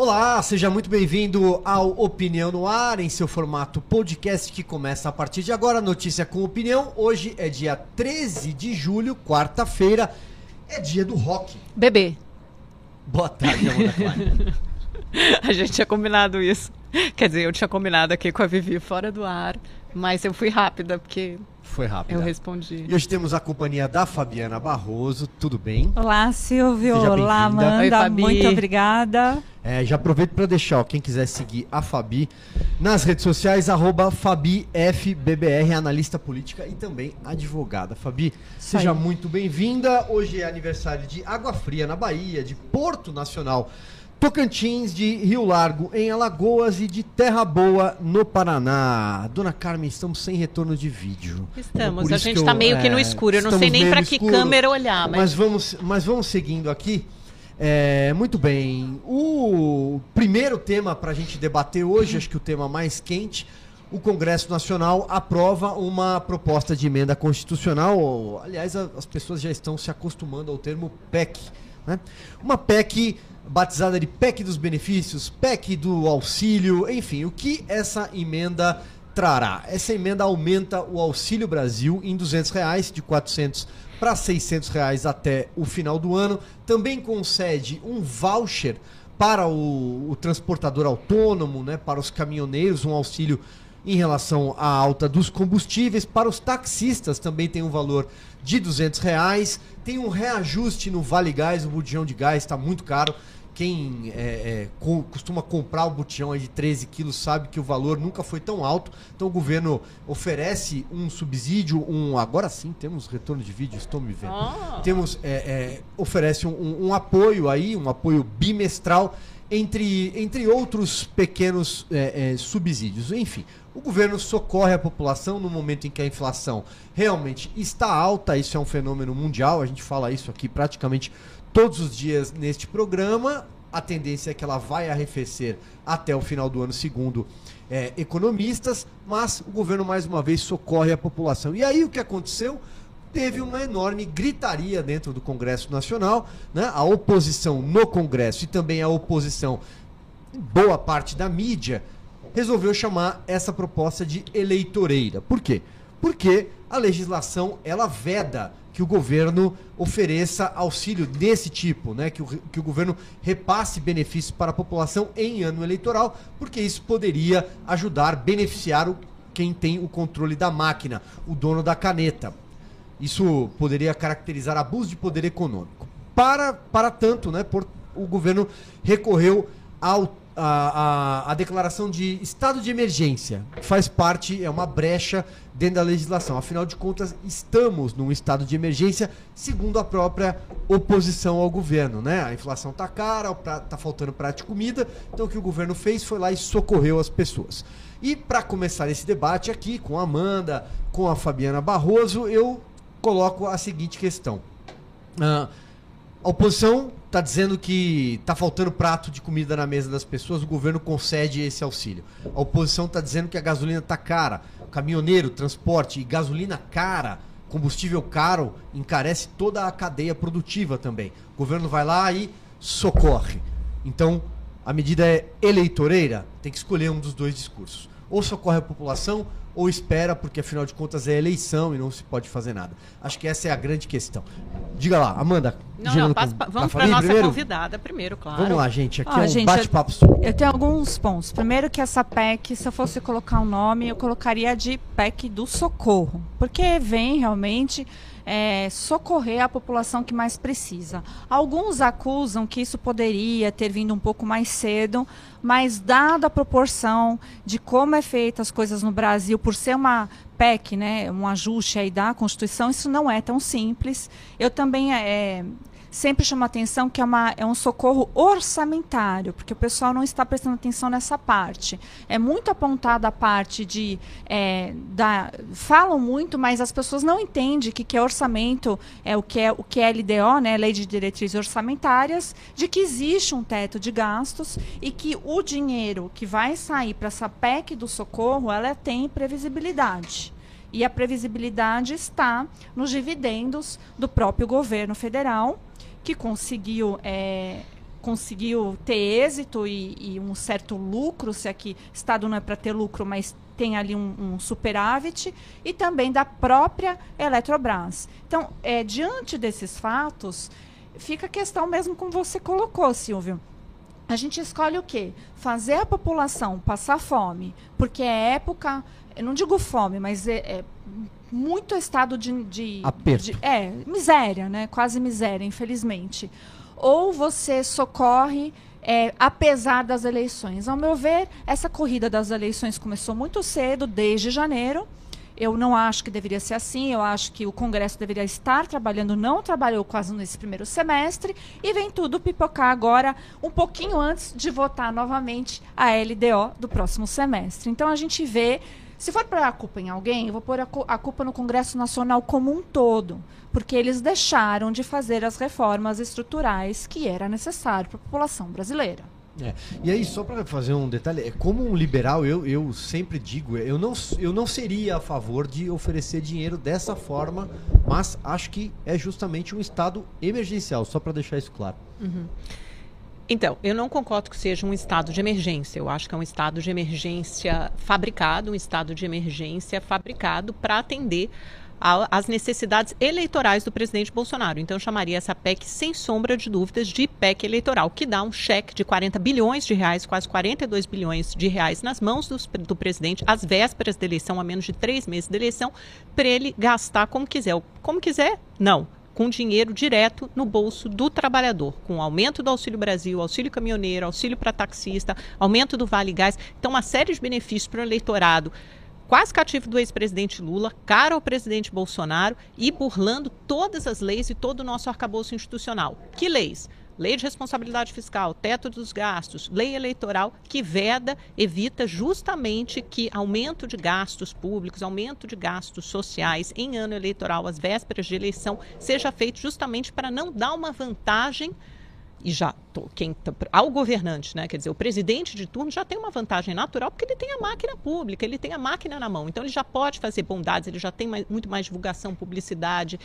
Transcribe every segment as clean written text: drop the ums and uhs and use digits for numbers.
Olá, seja muito bem-vindo ao Opinião no Ar, em seu formato podcast que começa a partir de agora. Notícia com opinião. Hoje é dia 13 de julho, quarta-feira, é dia do rock. Bebê. Boa tarde, Amanda Klein. A gente tinha combinado isso. Quer dizer, eu tinha combinado aqui com a Vivi fora do ar, mas eu fui rápida, porque... Foi rápido. Eu respondi. E hoje temos a companhia da Fabiana Barroso, tudo bem? Olá, Silvio. Seja Olá, Amanda. Oi, Fabi. Muito obrigada. Já aproveito para deixar, quem quiser seguir a Fabi nas redes sociais, @FabiFBBR, analista política e também advogada. Fabi, seja muito bem-vinda. Hoje é aniversário de Água Fria, na Bahia, de Porto Nacional, Tocantins, de Rio Largo, em Alagoas e de Terra Boa, no Paraná. Dona Carmen, estamos sem retorno de vídeo. Estamos, a gente está meio que no escuro. Eu não sei nem para que câmera olhar. Mas vamos seguindo aqui. Muito bem. O primeiro tema para a gente debater hoje, acho que o tema mais quente, o Congresso Nacional aprova uma proposta de emenda constitucional. Aliás, as pessoas já estão se acostumando ao termo PEC, né? Uma PEC batizada de PEC dos benefícios, PEC do auxílio, enfim, o que essa emenda trará? Essa emenda aumenta o Auxílio Brasil em R$200, de R$400 para R$600 até o final do ano. Também concede um voucher para o transportador autônomo, né, para os caminhoneiros, um auxílio em relação à alta dos combustíveis. Para os taxistas também tem um valor de R$200. Tem um reajuste no Vale Gás, o botijão de gás está muito caro. Quem costuma comprar o botijão aí de 13 quilos sabe que o valor nunca foi tão alto. Então o governo oferece um subsídio, agora sim temos retorno de vídeo, estou me vendo. Oferece um apoio aí, um apoio bimestral, entre outros pequenos subsídios. Enfim, o governo socorre a população no momento em que a inflação realmente está alta. Isso é um fenômeno mundial, a gente fala isso aqui praticamente todos os dias neste programa. A tendência é que ela vai arrefecer até o final do ano, segundo economistas, mas o governo mais uma vez socorre a população. E aí o que aconteceu? Teve uma enorme gritaria dentro do Congresso Nacional, né? A oposição no Congresso e também a oposição, boa parte da mídia, resolveu chamar essa proposta de eleitoreira. Por quê? Porque a legislação, ela veda que o governo ofereça auxílio desse tipo, né? Que o governo repasse benefícios para a população em ano eleitoral, porque isso poderia ajudar, beneficiar quem tem o controle da máquina, o dono da caneta. Isso poderia caracterizar abuso de poder econômico. Para tanto, né, o governo recorreu a declaração de estado de emergência, que faz parte, é uma brecha dentro da legislação. Afinal de contas, estamos num estado de emergência, segundo a própria oposição ao governo, né? A inflação tá cara, tá faltando prato de comida, então o que o governo fez foi lá e socorreu as pessoas. E para começar esse debate aqui com a Amanda, com a Fabiana Barroso, eu coloco a seguinte questão. A oposição está dizendo que está faltando prato de comida na mesa das pessoas, o governo concede esse auxílio. A oposição está dizendo que a gasolina está cara, o caminhoneiro, transporte e gasolina cara, combustível caro, encarece toda a cadeia produtiva também. O governo vai lá e socorre. Então, a medida é eleitoreira, tem que escolher um dos dois discursos. Ou socorre a população, ou espera, porque afinal de contas é eleição e não se pode fazer nada. Acho que essa é a grande questão. Diga lá, Amanda. Vamos para a nossa convidada primeiro, claro. Vamos lá, gente. Aqui é um bate-papo só. Eu tenho alguns pontos. Primeiro que essa PEC, se eu fosse colocar um nome, eu colocaria de PEC do socorro. Porque vem realmente socorrer a população que mais precisa. Alguns acusam que isso poderia ter vindo um pouco mais cedo, mas dada a proporção de como é feita as coisas no Brasil, por ser uma PEC, né, um ajuste aí da Constituição, isso não é tão simples. Eu também sempre chamo a atenção que é um socorro orçamentário, porque o pessoal não está prestando atenção nessa parte. É muito apontada a parte de... falam muito, mas as pessoas não entendem que é orçamento, o que é LDO, né, Lei de Diretrizes Orçamentárias, de que existe um teto de gastos e que o dinheiro que vai sair para essa PEC do socorro, ela tem previsibilidade. E a previsibilidade está nos dividendos do próprio governo federal, que conseguiu conseguiu ter êxito e um certo lucro, se aqui Estado não é para ter lucro, mas tem ali um superávit, e também da própria Eletrobras. Então, diante desses fatos, fica a questão mesmo como você colocou, Silvio. A gente escolhe o quê? Fazer a população passar fome, porque é época, eu não digo fome, mas muito estado de aperto. Miséria, né? Quase miséria, infelizmente. Ou você socorre apesar das eleições. Ao meu ver, essa corrida das eleições começou muito cedo, desde janeiro. Eu não acho que deveria ser assim, eu acho que o Congresso deveria estar trabalhando, não trabalhou quase nesse primeiro semestre, e vem tudo pipocar agora, um pouquinho antes de votar novamente a LDO do próximo semestre. Então a gente vê, se for para a culpa em alguém, eu vou pôr a culpa no Congresso Nacional como um todo, porque eles deixaram de fazer as reformas estruturais que era necessário para a população brasileira. E aí, só para fazer um detalhe, como um liberal, eu sempre digo, eu não seria a favor de oferecer dinheiro dessa forma, mas acho que é justamente um estado emergencial, só para deixar isso claro. Uhum. Então, eu não concordo que seja um estado de emergência. Eu acho que é um estado de emergência fabricado, um estado de emergência fabricado para atender as necessidades eleitorais do presidente Bolsonaro. Então, eu chamaria essa PEC, sem sombra de dúvidas, de PEC eleitoral, que dá um cheque de 40 bilhões de reais, quase 42 bilhões de reais nas mãos do presidente, às vésperas da eleição, a menos de 3 meses da eleição, para ele gastar como quiser. Como quiser, não. Com dinheiro direto no bolso do trabalhador, com aumento do Auxílio Brasil, auxílio caminhoneiro, auxílio para taxista, aumento do Vale Gás. Então, uma série de benefícios para o eleitorado quase cativo do ex-presidente Lula, caro ao presidente Bolsonaro e burlando todas as leis e todo o nosso arcabouço institucional. Que leis? Lei de responsabilidade fiscal, teto dos gastos, lei eleitoral que evita justamente que aumento de gastos públicos, aumento de gastos sociais em ano eleitoral, às vésperas de eleição, seja feito justamente para não dar uma vantagem ao governante, né? Quer dizer, o presidente de turno já tem uma vantagem natural porque ele tem a máquina pública, ele tem a máquina na mão, então ele já pode fazer bondades, ele já tem muito mais divulgação, publicidade,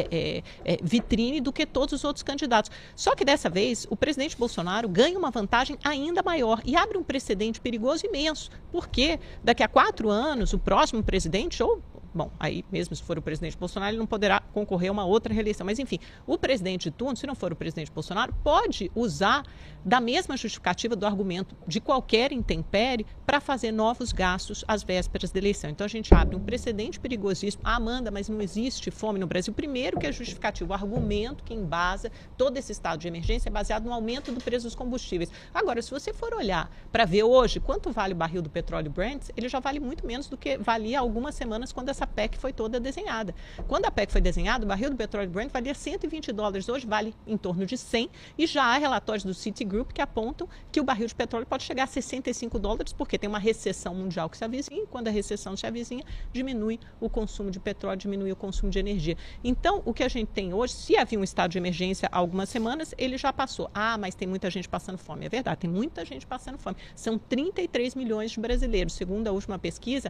vitrine do que todos os outros candidatos. Só que dessa vez o presidente Bolsonaro ganha uma vantagem ainda maior e abre um precedente perigoso imenso, porque daqui a 4 anos o próximo presidente bom, aí mesmo se for o presidente Bolsonaro, ele não poderá concorrer a uma outra reeleição. Mas, enfim, o presidente de turno, se não for o presidente Bolsonaro, pode usar da mesma justificativa do argumento de qualquer intempérie para fazer novos gastos às vésperas da eleição. Então, a gente abre um precedente perigosíssimo. Ah, Amanda, mas não existe fome no Brasil. Primeiro que é justificativo, o argumento que embasa todo esse estado de emergência é baseado no aumento do preço dos combustíveis. Agora, se você for olhar para ver hoje quanto vale o barril do petróleo Brent, ele já vale muito menos do que valia há algumas semanas quando essa PEC foi toda desenhada. Quando a PEC foi desenhada, o barril do petróleo Brent valia $120, hoje vale em torno de 100, e já há relatórios do Citigroup que apontam que o barril de petróleo pode chegar a $65, porque tem uma recessão mundial que se avizinha, e quando a recessão se avizinha, diminui o consumo de petróleo, diminui o consumo de energia. Então, o que a gente tem hoje, se havia um estado de emergência há algumas semanas, ele já passou. Ah, mas tem muita gente passando fome. É verdade, tem muita gente passando fome. São 33 milhões de brasileiros, segundo a última pesquisa.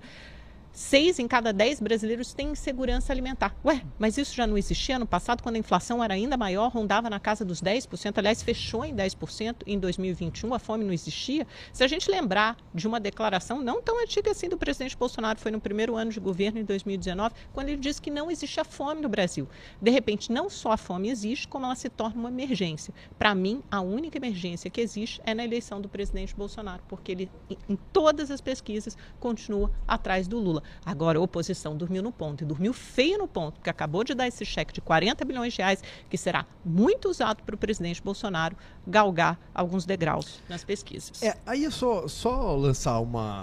6 em cada 10 brasileiros têm insegurança alimentar. Ué, mas isso já não existia no passado, quando a inflação era ainda maior, rondava na casa dos 10%, aliás, fechou em 10% em 2021, a fome não existia. Se a gente lembrar de uma declaração não tão antiga assim do presidente Bolsonaro, foi no primeiro ano de governo, em 2019, quando ele disse que não existia fome no Brasil. De repente, não só a fome existe, como ela se torna uma emergência. Para mim, a única emergência que existe é na eleição do presidente Bolsonaro, porque ele, em todas as pesquisas, continua atrás do Lula. Agora, a oposição dormiu no ponto, e dormiu feio no ponto, porque acabou de dar esse cheque de 40 bilhões de reais, que será muito usado para o presidente Bolsonaro galgar alguns degraus nas pesquisas. Aí é só lançar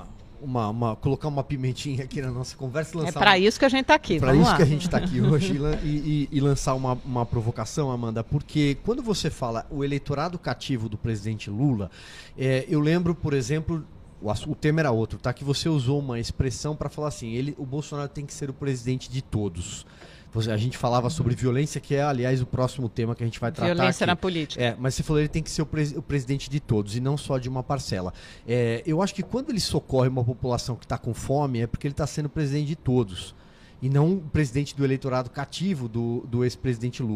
colocar uma pimentinha aqui na nossa conversa. É para isso que a gente está aqui, Para isso que a gente está aqui hoje e lançar uma provocação, Amanda, porque quando você fala o eleitorado cativo do presidente Lula, eu lembro, por exemplo, o tema era outro, tá? Que você usou uma expressão para falar assim, o Bolsonaro tem que ser o presidente de todos. A gente falava sobre violência, que é, aliás, o próximo tema que a gente vai tratar violência aqui. Na política. Mas você falou que ele tem que ser o presidente de todos e não só de uma parcela. Eu acho que quando ele socorre uma população que está com fome, é porque ele está sendo presidente de todos. E não o presidente do eleitorado cativo do ex-presidente Lula.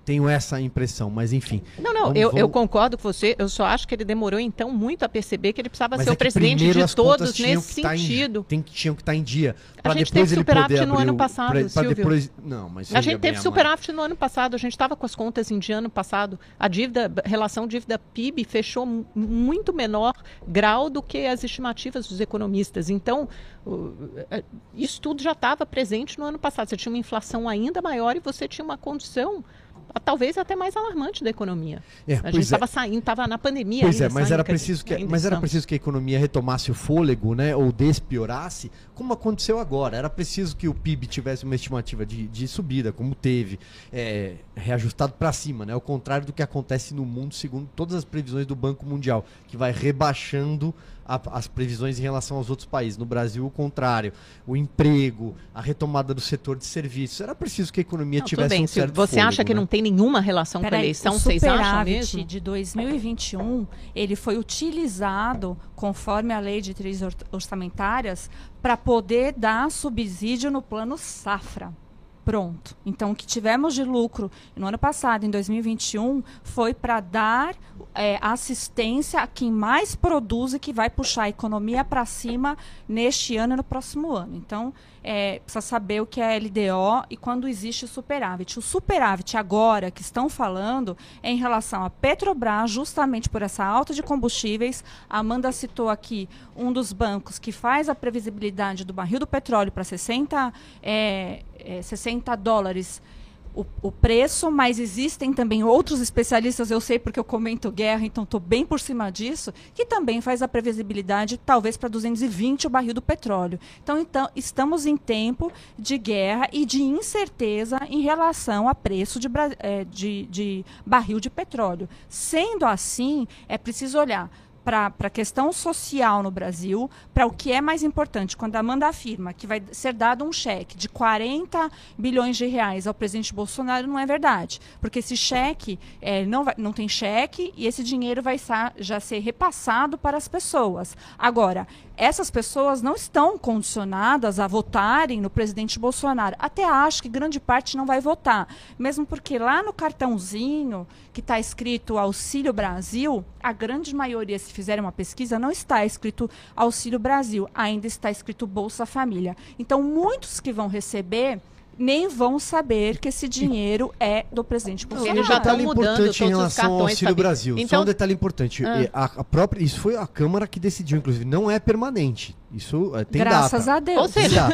Tenho essa impressão, mas enfim. Não, eu concordo com você, eu só acho que ele demorou então muito a perceber que ele precisava ser o presidente de todos nesse sentido. Tinham que estar em dia. A gente teve superávit no ano passado, Silvio. A gente teve superávit no ano passado, a gente estava com as contas em dia ano passado. A relação dívida-PIB fechou muito menor grau do que as estimativas dos economistas. Então, isso tudo já estava presente no ano passado. Você tinha uma inflação ainda maior e você tinha uma condição talvez até mais alarmante da economia. A gente estava saindo, estava na pandemia. Pois é, mas era preciso que a economia retomasse o fôlego, né, ou despiorasse, como aconteceu agora. Era preciso que o PIB tivesse uma estimativa de subida, como teve, reajustado para cima, né, ao contrário do que acontece no mundo, segundo todas as previsões do Banco Mundial, que vai rebaixando as previsões em relação aos outros países. No Brasil, o contrário. O emprego, a retomada do setor de serviços. Era preciso que a economia tivesse um certo Você fôlego, acha que não tem nenhuma relação com a eleição? Vocês acham mesmo? O superávit de 2021, ele foi utilizado, conforme a lei de diretrizes orçamentárias, para poder dar subsídio no plano safra. Pronto. Então, o que tivemos de lucro no ano passado, em 2021, foi para dar assistência a quem mais produz e que vai puxar a economia para cima neste ano e no próximo ano. Então, precisa saber o que é LDO e quando existe o superávit. O superávit agora que estão falando é em relação à Petrobras, justamente por essa alta de combustíveis. A Amanda citou aqui um dos bancos que faz a previsibilidade do barril do petróleo para 60 dólares o preço, mas existem também outros especialistas, eu sei porque eu comento guerra, então estou bem por cima disso, que também faz a previsibilidade talvez para 220 o barril do petróleo. Então, estamos em tempo de guerra e de incerteza em relação a preço de barril de petróleo. Sendo assim, é preciso olhar para a questão social no Brasil, para o que é mais importante. Quando a Amanda afirma que vai ser dado um cheque de 40 bilhões de reais ao presidente Bolsonaro, não é verdade. Porque esse cheque, não tem cheque e esse dinheiro vai já ser repassado para as pessoas. Agora, essas pessoas não estão condicionadas a votarem no presidente Bolsonaro. Até acho que grande parte não vai votar. Mesmo porque lá no cartãozinho que está escrito Auxílio Brasil, a grande maioria, se fizerem uma pesquisa, não está escrito Auxílio Brasil, ainda está escrito Bolsa Família. Então, muitos que vão receber nem vão saber que esse dinheiro é do presidente Bolsonaro. Eles já estão mudando todos em relação os cartões, ao Auxílio Brasil. Então, só um detalhe importante. Isso foi a Câmara que decidiu, inclusive. Não é permanente. Isso tem Graças data. a Deus. Ou seja,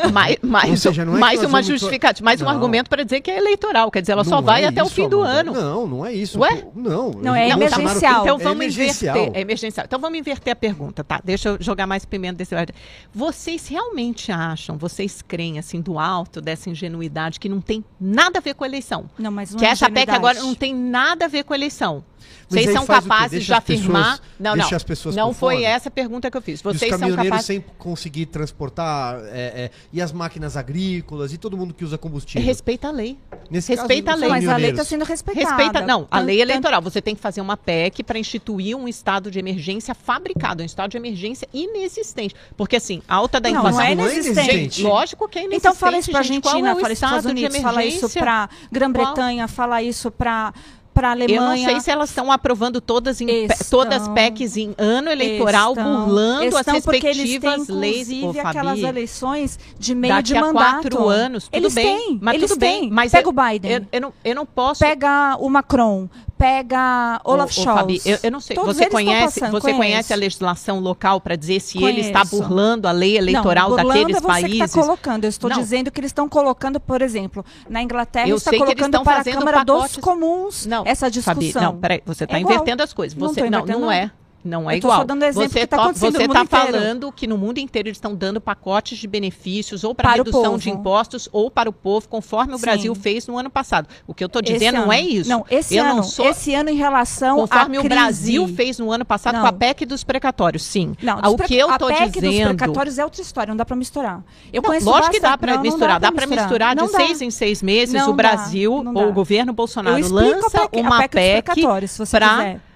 mais uma justificativa, mais um argumento para dizer que é eleitoral. Quer dizer, ela só vai até o fim do ano. Não é isso. Ué? Não, é emergencial. Então vamos inverter. É emergencial. Então vamos inverter a pergunta, tá? Deixa eu jogar mais pimenta desse lado. Vocês realmente acham, vocês creem, assim, do alto dessa ingenuidade que não tem nada a ver com a eleição? Não, mas não que essa PEC agora não tem nada a ver com a eleição. Vocês são capazes de afirmar... Não foi essa a pergunta que eu fiz. Vocês são capazes... caminhoneiros sem conseguir transportar, e as máquinas agrícolas, e todo mundo que usa combustível. Respeita a lei. Respeita a lei. Mas a lei está sendo respeitada. Não, a lei eleitoral. Você tem que fazer uma PEC para instituir um estado de emergência fabricado, um estado de emergência inexistente. Porque, assim, a alta da inflação... Não é inexistente. Lógico que é inexistente. Então fala isso para a Argentina, fala isso para os Estados Unidos, fala isso para Grã-Bretanha, fala isso para a Alemanha. Eu não sei se elas estão aprovando todas as PECs em ano eleitoral, burlando as respectivas leis. Inclusive, aquelas eleições de meio de mandato. Daqui a 4 anos, tudo bem. Mas tudo bem. Mas pega o Biden. Eu não posso... Pega o Macron. Pega Olaf Scholz. Fabi, eu não sei. Você conhece a legislação local para dizer se ele está burlando a lei eleitoral daqueles países? Você que está colocando. Eu estou dizendo que eles estão colocando, por exemplo, na Inglaterra, está colocando para a Câmara dos Comuns essa discussão. Fabi, não, peraí, você está invertendo as coisas. Não é. Não é igual. Só dando exemplo que está acontecendo você está falando que no mundo inteiro eles estão dando pacotes de benefícios ou para redução de impostos ou para o povo, conforme o Brasil fez no ano passado. O que eu estou dizendo não é isso. Não, esse ano em relação conforme o Brasil fez no ano passado com a PEC dos precatórios, sim. Não, o que eu estou dizendo... A PEC dos precatórios é outra história, não dá para misturar. Lógico que dá para misturar. Dá para misturar de 6 em 6 meses. O Brasil ou o governo Bolsonaro lança uma PEC para...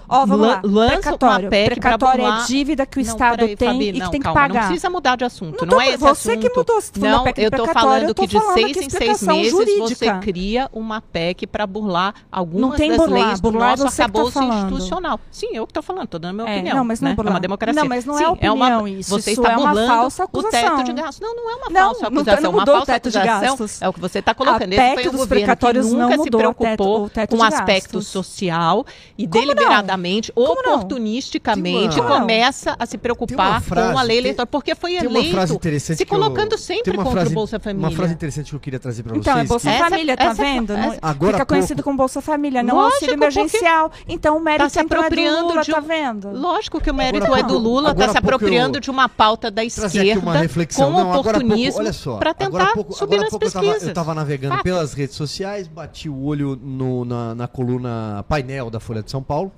Ó, vamos lá. Lança Precatório. uma PEC Precatório pra burlar... é dívida que o Não, Estado peraí, tem Fabi, e que não, tem que calma, pagar. não precisa mudar de assunto, Não não é esse você assunto. que mudou, você falou Não, PEC eu tô precatória, falando eu tô que de falando 6 aqui em 6 explicação meses jurídica. você cria uma PEC para burlar algumas Não tem das burlar, leis do burlar nosso você que tá arcabouço falando. institucional. Sim, eu que tô falando, tô dando a minha opinião. Não, mas não né? é burlar. É uma democracia. Não, mas não Sim, é opinião isso. Você Isso está é uma burlando falsa o acusação. teto de gastos. Não, não é uma Não, falsa não acusação. mudou Uma o falsa teto de acusação gastos. é o que você está colocando. A Esse PEC foi um dos governo que precatórios não nunca se mudou preocupou o teto com de o aspecto gastos. social e Como não? deliberadamente, Como não? oportunisticamente, Tem uma- começa a se preocupar frase- com a lei tem- eleitoral. Porque foi Tem uma frase eleito interessante se que eu- colocando tem sempre uma contra frase- o Bolsa Família. Uma frase interessante que eu queria trazer para vocês. Então, é Bolsa Essa- Família, tá essa- vendo? Não- Agora há Fica conhecido pouco- como Bolsa Família, não Lógico, auxílio emergencial. Então, o mérito Tá se então é do apropriando Lula, de tá um- vendo? Lógico que o mérito Agora há é do pouco- Lula, agora está se há pouco apropriando eu- de uma pauta da Trazer aqui uma esquerda reflexão. com Não, agora há pouco, oportunismo olha só, para agora há tentar pouco- subir agora há nas pouco pesquisas. eu tava navegando Fato. pelas redes sociais, bati o olho na coluna painel da Folha de São Paulo.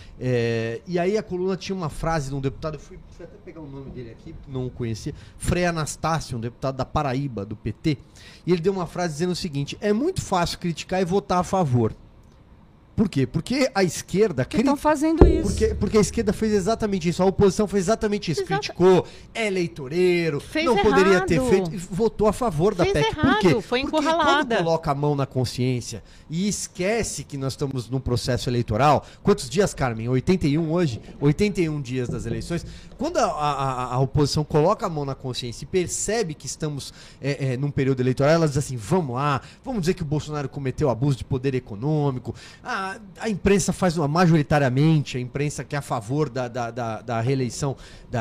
E aí a coluna tinha uma frase de um deputado, eu fui até pegar o nome dele aqui, não o conhecia, Frei Anastácio, um deputado da Paraíba, do PT, e ele deu uma frase dizendo o seguinte: é muito fácil criticar e votar a favor. Por quê? Porque a esquerda... Que estão fazendo isso. Porque a esquerda fez exatamente isso, a oposição fez exatamente isso, Exato. criticou, é eleitoreiro, Fez não poderia errado. ter feito, e votou a favor da Fez PEC. Por quê? errado, foi Porque encurralada. quando coloca a mão na consciência e esquece que nós estamos num processo eleitoral, quantos dias, Carmen? 81 hoje? 81 dias das eleições. Quando a oposição coloca a mão na consciência e percebe que estamos num período eleitoral, ela diz assim, vamos lá, vamos dizer que o Bolsonaro cometeu abuso de poder econômico, a imprensa faz majoritariamente, a imprensa que é a favor da reeleição,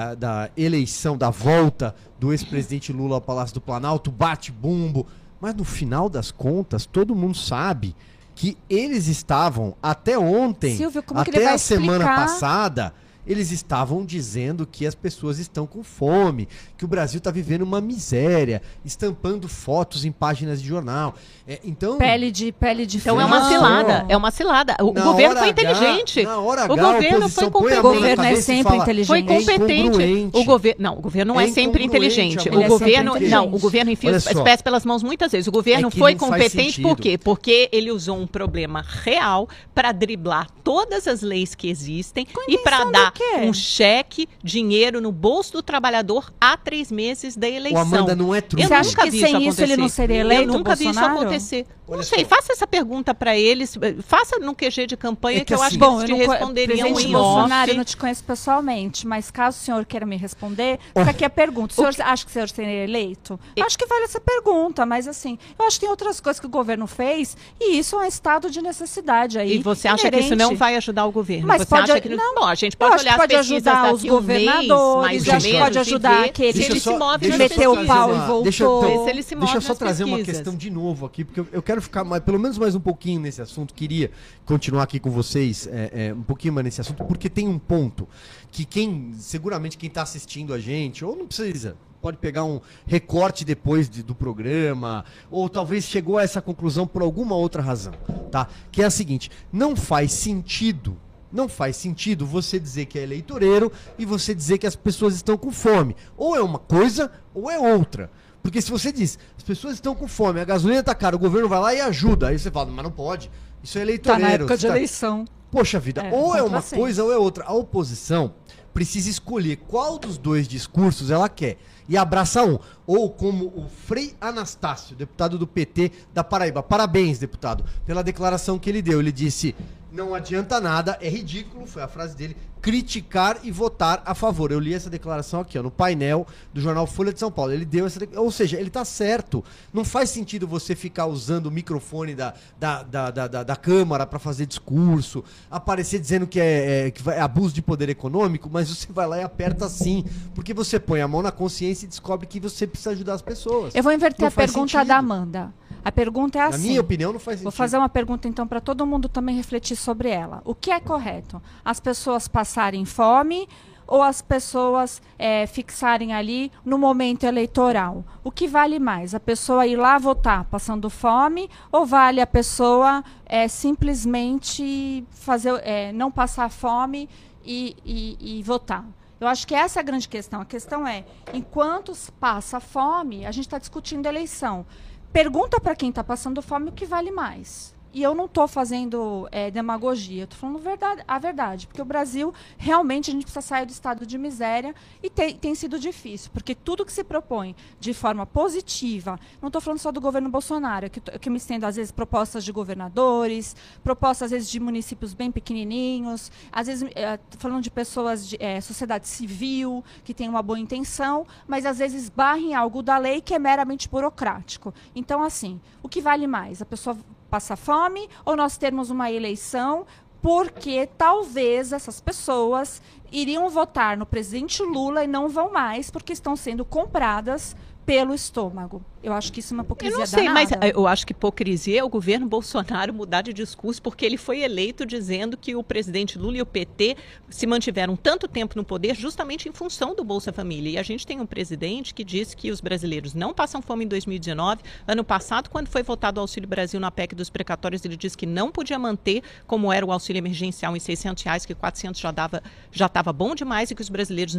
da eleição, da volta do ex-presidente Lula ao Palácio do Planalto, bate bumbo, mas no final das contas, todo mundo sabe que eles estavam, até ontem, Silvio, como que ele até vai a semana explicar? passada, eles estavam dizendo que as pessoas estão com fome, que o Brasil está vivendo uma miséria, estampando fotos em páginas de jornal. Então, Pele de Então é uma frango. cilada, é uma cilada. O na governo hora foi H, inteligente. na hora O H, a governo oposição foi põe a O mão na governo é cabeça e sempre fala, inteligente. Foi É competente. incongruente. O governo não é É sempre incongruente, inteligente. amor. O Ele é sempre governo, inteligente. não, o governo enfia Olha os só. pés pelas mãos muitas vezes. O governo É que foi não faz competente por sentido. quê? Porque ele usou um problema real para driblar todas as leis que existem e para intenção dar do quê? um cheque, dinheiro no bolso do trabalhador há 3 meses da eleição. Amanda, não é truque. Eu Você acha nunca que vi sem isso isso ele não acontecer. seria eleito, Eu nunca vi isso Bolsonaro? acontecer. Olha Não sei, só. faça essa pergunta para eles, faça no QG de campanha É que que eu assim- acho que Bom, eles eu te não responderiam presidente em Bolsonaro, eu não off. te conheço pessoalmente, mas caso o senhor queira me responder, fica aqui a pergunta. O senhor acha que o senhor seria eleito? Acho que vale essa pergunta, mas assim, eu acho que tem outras coisas que o governo fez e isso é um estado de necessidade aí. E você acha que isso não vai ajudar o governo? Mas você pode- acha que não, Bom, a gente Eu pode acho que olhar as pode pesquisas ajudar os daqui um mês, governadores, mais eu ou acho que menos, pode e ajudar ver aqueles se ele se move deixa nas eu meter o pesquisas. pau e voltou. Deixa, Se ele se move deixa eu só nas trazer uma pesquisas. questão de novo aqui, porque eu quero ficar pelo menos mais um pouquinho nesse assunto. Queria continuar aqui com vocês um pouquinho mais nesse assunto, porque tem um ponto que seguramente quem está assistindo a gente, ou não precisa, pode pegar um recorte depois do programa, ou talvez chegou a essa conclusão por alguma outra razão, tá? Que é a seguinte: não faz sentido você dizer que é eleitoreiro e você dizer que as pessoas estão com fome. Ou é uma coisa ou é outra. Porque se você diz, as pessoas estão com fome, a gasolina tá cara, o governo vai lá e ajuda. Aí você fala, mas não pode. Isso é Tá eleitoreiro. na época de Você tá- eleição. Poxa vida, É, ou é uma contrassenso. coisa ou é outra. A oposição precisa escolher qual dos dois discursos ela quer e abraçar um. Ou como o Frei Anastácio, deputado do PT da Paraíba. Parabéns, deputado, pela declaração que ele deu. Ele disse, não adianta nada, é ridículo, foi a frase dele, criticar e votar a favor. Eu li essa declaração aqui, ó, no painel do jornal Folha de São Paulo. Ele deu essa ou seja, ele tá certo. Não faz sentido você ficar usando o microfone da Câmara para fazer discurso, aparecer dizendo que é abuso de poder econômico, mas você vai lá e aperta sim, porque você põe a mão na consciência e descobre que você precisa ajudar as pessoas. Eu vou inverter Não a faz pergunta sentido. da Amanda. A pergunta é Na assim. minha opinião, não faz sentido. Vou fazer uma pergunta, então, para todo mundo também refletir sobre ela. O que é correto? As pessoas passarem fome ou as pessoas fixarem ali no momento eleitoral? O que vale mais? A pessoa ir lá votar passando fome ou vale a pessoa simplesmente não passar fome e votar? Eu acho que essa é a grande questão. A questão é, enquanto passa fome, a gente está discutindo eleição. Pergunta para quem está passando fome o que vale mais. E eu não estou fazendo demagogia, eu estou falando a verdade, porque o Brasil, realmente, a gente precisa sair do estado de miséria e tem sido difícil, porque tudo que se propõe de forma positiva, não estou falando só do governo Bolsonaro, que me estendo, às vezes, propostas de governadores, propostas, às vezes, de municípios bem pequenininhos, às vezes, falando de pessoas de sociedade civil, que tem uma boa intenção, mas, às vezes, barrem algo da lei que é meramente burocrático. Então, assim, o que vale mais? A pessoa passar fome ou nós termos uma eleição porque talvez essas pessoas iriam votar no presidente Lula e não vão mais porque estão sendo compradas pelo estômago. Eu acho que isso é uma hipocrisia danada. Eu não sei, mas eu acho que hipocrisia é o governo Bolsonaro mudar de discurso, porque ele foi eleito dizendo que o presidente Lula e o PT se mantiveram tanto tempo no poder justamente em função do Bolsa Família. E a gente tem um presidente que disse que os brasileiros não passam fome em 2019. Ano passado, quando foi votado o Auxílio Brasil na PEC dos precatórios, ele disse que não podia manter como era o auxílio emergencial em R$600, que 400 já estava bom demais e que os brasileiros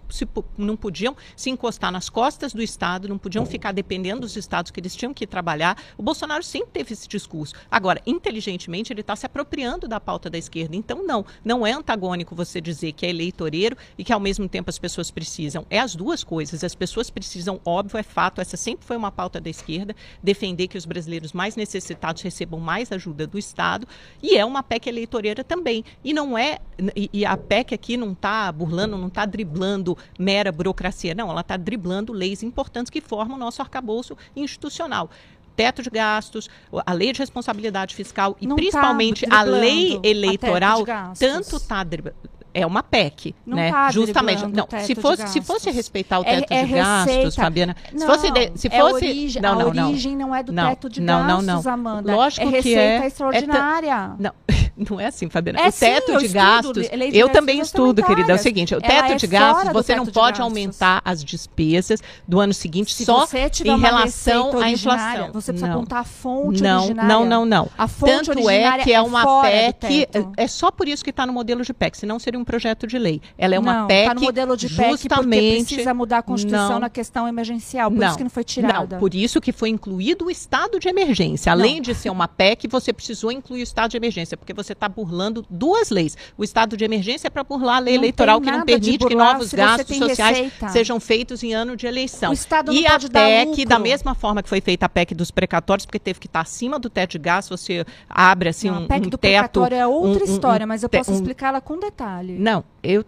não podiam se encostar nas costas do Estado, não podiam ficar dependendo dos estados que eles tinham que trabalhar. O Bolsonaro sempre teve esse discurso. Agora, inteligentemente, ele está se apropriando da pauta da esquerda. Então, não é antagônico você dizer que é eleitoreiro e que, ao mesmo tempo, as pessoas precisam. É as duas coisas. As pessoas precisam, óbvio, é fato. Essa sempre foi uma pauta da esquerda, defender que os brasileiros mais necessitados recebam mais ajuda do Estado. E é uma PEC eleitoreira também. E não é... E a PEC aqui não está burlando, não está driblando mera burocracia. Não, ela está driblando leis importantes que formam o nosso arcabouço institucional. Teto de gastos, a lei de responsabilidade fiscal e não principalmente a lei eleitoral, tanto está é uma PEC, não né? Tá justamente. Não, se fosse respeitar o teto de gastos, Fabiana, não, se fosse a origem não é do teto de gastos, Amanda. Lógico que receita extraordinária. Não é assim, Fabiana. É o teto sim, de gastos, eu também estudo, querida. É o seguinte, o teto de gastos, você não pode aumentar as despesas do ano seguinte só em relação à inflação. Você precisa apontar a fonte originária. Não. A fonte Tanto é que é uma PEC, é só por isso que está no modelo de PEC, senão seria um projeto de lei. Ela é uma PEC está no modelo de PEC justamente porque precisa mudar a Constituição na questão emergencial, por isso que não foi tirada. Não, por isso que foi incluído o estado de emergência. Além de ser uma PEC, você precisou incluir o estado de emergência, porque você está burlando duas leis. O estado de emergência é para burlar a lei eleitoral que não permite que novos gastos sociais sejam feitos em ano de eleição. O Estado e não pode a PEC, dar lucro. da mesma forma que foi feita a PEC dos precatórios, porque teve que estar acima do teto de gastos, você abre assim a PEC do precatório é outra história, mas eu posso explicá-la com detalhe. Não,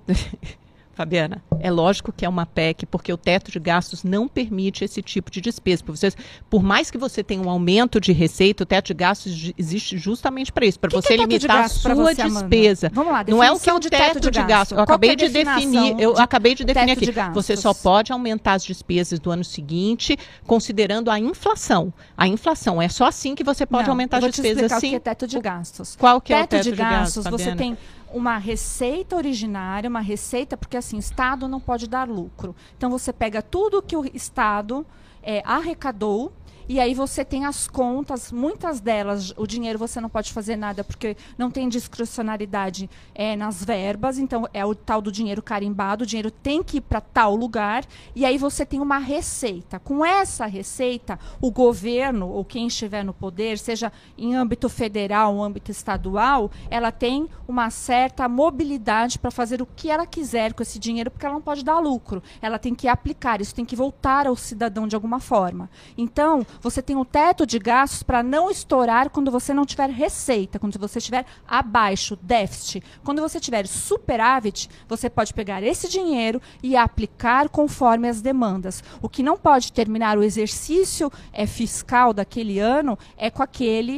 Fabiana, é lógico que é uma PEC, porque o teto de gastos não permite esse tipo de despesa. Por mais que você tenha um aumento de receita, o teto de gastos existe justamente para isso, para você limitar a sua despesa. Vamos lá, não é o que é o teto de gastos. Eu acabei de definir aqui. Você só pode aumentar as despesas do ano seguinte, considerando a inflação. A inflação é só assim que você pode aumentar as despesas. Eu vou te explicar assim. O que é teto de gastos. Qual que é o teto de gastos? Fabiana? Você tem uma receita originária, porque assim, o Estado não pode dar lucro. Então você pega tudo que o Estado arrecadou, e aí você tem as contas, muitas delas, o dinheiro você não pode fazer nada porque não tem discricionariedade nas verbas, então é o tal do dinheiro carimbado, o dinheiro tem que ir para tal lugar, e aí você tem uma receita. Com essa receita, o governo, ou quem estiver no poder, seja em âmbito federal ou âmbito estadual, ela tem uma certa mobilidade para fazer o que ela quiser com esse dinheiro, porque ela não pode dar lucro. Ela tem que aplicar, isso tem que voltar ao cidadão de alguma forma. Então, você tem um teto de gastos para não estourar quando você não tiver receita, quando você estiver abaixo, déficit. Quando você tiver superávit, você pode pegar esse dinheiro e aplicar conforme as demandas. O que não pode terminar o exercício fiscal daquele ano é com aquele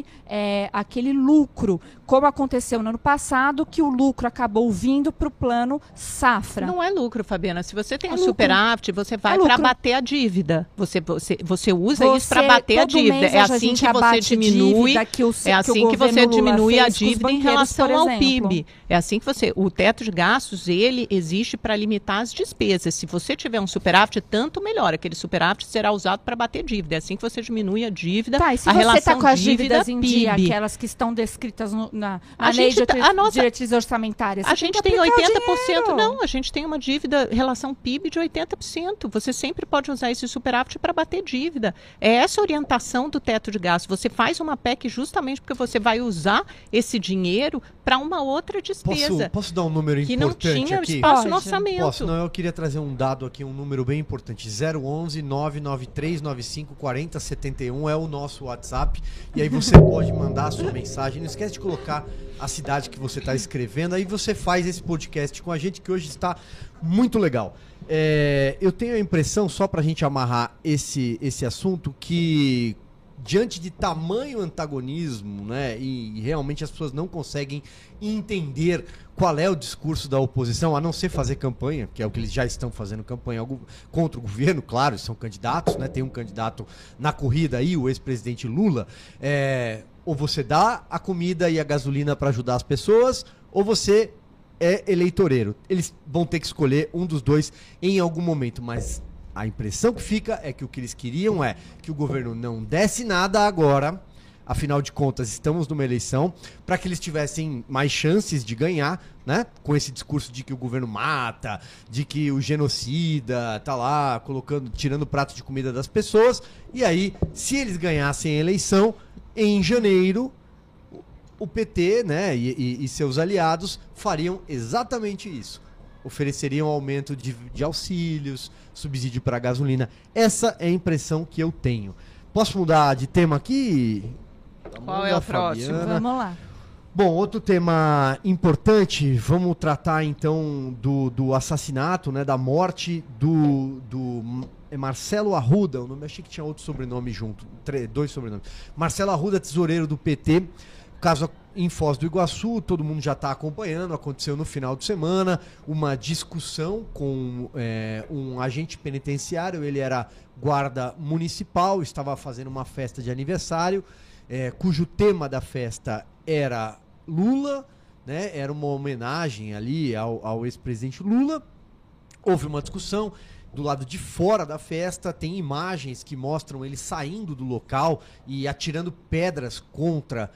lucro, como aconteceu no ano passado, que o lucro acabou vindo para o plano safra. Não é lucro, Fabiana. Se você tem um superávit, você vai para bater a dívida. Você usa isso para bater a dívida. É assim que você diminui. É assim que você diminui a dívida em relação ao PIB. É assim que o teto de gastos, ele existe para limitar as despesas. Se você tiver um superávit, tanto melhor. Aquele superávit será usado para bater dívida. É assim que você diminui a dívida. Tá, e se você está com as dívidas em dia, aquelas que estão descritas na lei de diretrizes orçamentárias. A gente tem 80%, não, a gente tem uma dívida relação PIB de 80%. Você sempre pode usar esse superávit para bater dívida. É essa essa orientação do teto de gastos. Você faz uma PEC justamente porque você vai usar esse dinheiro para uma outra despesa. Posso dar um número que importante não tinha aqui? espaço no orçamento. Posso? Não, eu queria trazer um dado aqui, um número bem importante. 011 993 95 40 71 é o nosso WhatsApp. E aí você pode mandar a sua mensagem. Não esquece de colocar a cidade que você está escrevendo. Aí você faz esse podcast com a gente, que hoje está muito legal. Eu tenho a impressão, só para a gente amarrar esse assunto, que diante de tamanho antagonismo, né, e realmente as pessoas não conseguem entender qual é o discurso da oposição, a não ser fazer campanha, que é o que eles já estão fazendo campanha contra o governo, claro, são candidatos, né, tem um candidato na corrida aí, o ex-presidente Lula, ou você dá a comida e a gasolina para ajudar as pessoas, ou você é eleitoreiro. Eles vão ter que escolher um dos dois em algum momento, mas a impressão que fica é que o que eles queriam é que o governo não desse nada agora, afinal de contas estamos numa eleição, para que eles tivessem mais chances de ganhar, né? Com esse discurso de que o governo mata, de que o genocida tá lá tirando o prato de comida das pessoas, e aí, se eles ganhassem a eleição, em janeiro, o PT, né, e seus aliados fariam exatamente isso. Ofereceriam aumento de auxílios, subsídio para gasolina. Essa é a impressão que eu tenho. Posso mudar de tema aqui? Qual é o próximo? Vamos lá. Bom, outro tema importante, vamos tratar então do assassinato, né, da morte do Marcelo Arruda. O nome, achei que tinha outro sobrenome junto, dois sobrenomes. Marcelo Arruda, tesoureiro do PT. Caso em Foz do Iguaçu, todo mundo já está acompanhando, aconteceu no final de semana, uma discussão com um agente penitenciário, ele era guarda municipal, estava fazendo uma festa de aniversário, cujo tema da festa era Lula, né, era uma homenagem ali ao ex-presidente Lula. Houve uma discussão. Do lado de fora da festa tem imagens que mostram ele saindo do local e atirando pedras contra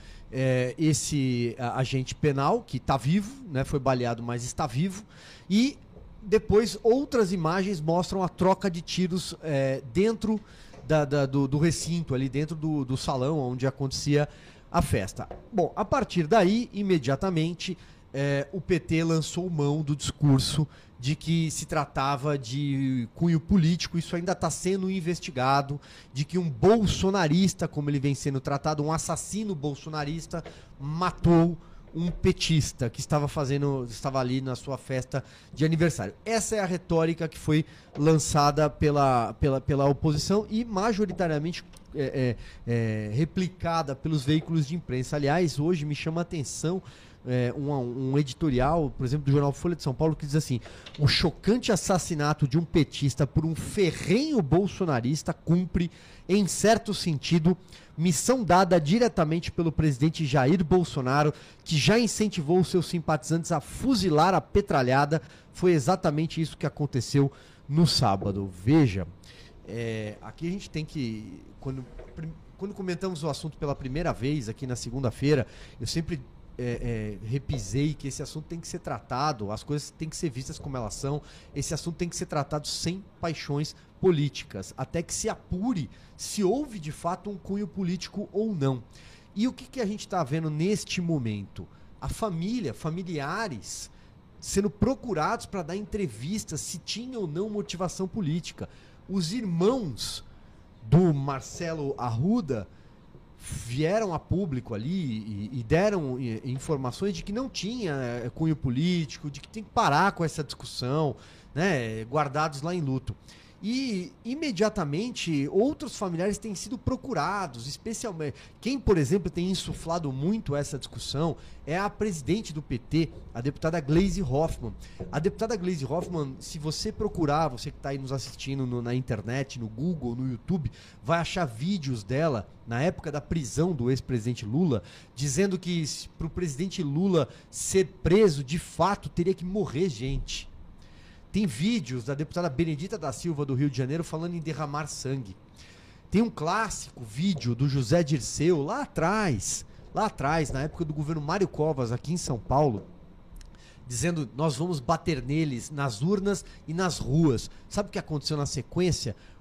esse agente penal, que está vivo, né, foi baleado, mas está vivo. E depois outras imagens mostram a troca de tiros dentro do recinto, ali dentro do salão onde acontecia a festa. Bom, a partir daí, imediatamente, o PT lançou mão do discurso de que se tratava de cunho político, isso ainda está sendo investigado, de que um bolsonarista, como ele vem sendo tratado, um assassino bolsonarista, matou um petista que estava ali na sua festa de aniversário. Essa é a retórica que foi lançada pela oposição e majoritariamente replicada pelos veículos de imprensa. Aliás, hoje me chama a atenção um editorial, por exemplo, do jornal Folha de São Paulo, que diz assim: o chocante assassinato de um petista por um ferrenho bolsonarista cumpre, em certo sentido, missão dada diretamente pelo presidente Jair Bolsonaro, que já incentivou seus simpatizantes a fuzilar a petralhada. Foi exatamente isso que aconteceu no sábado. Veja, aqui a gente tem que, quando comentamos o assunto pela primeira vez aqui na segunda-feira, eu sempre repisei que esse assunto tem que ser tratado, as coisas têm que ser vistas como elas são, esse assunto tem que ser tratado sem paixões políticas, até que se apure se houve de fato um cunho político ou não. E o que a gente está vendo neste momento? A familiares sendo procurados para dar entrevistas se tinha ou não motivação política. Os irmãos do Marcelo Arruda vieram a público ali e deram informações de que não tinha cunho político, de que tem que parar com essa discussão, né, guardados lá em luto. E imediatamente outros familiares têm sido procurados, especialmente quem, por exemplo, tem insuflado muito essa discussão é a presidente do PT, a deputada Gleisi Hoffmann. A deputada Gleisi Hoffmann, se você procurar, você que está aí nos assistindo na internet, no Google, no YouTube, vai achar vídeos dela na época da prisão do ex-presidente Lula, dizendo que para o presidente Lula ser preso, de fato, teria que morrer gente. Tem vídeos da deputada Benedita da Silva, do Rio de Janeiro, falando em derramar sangue. Tem um clássico vídeo do José Dirceu, lá atrás, na época do governo Mário Covas, aqui em São Paulo, dizendo: nós vamos bater neles nas urnas e nas ruas. Sabe o que aconteceu na sequência?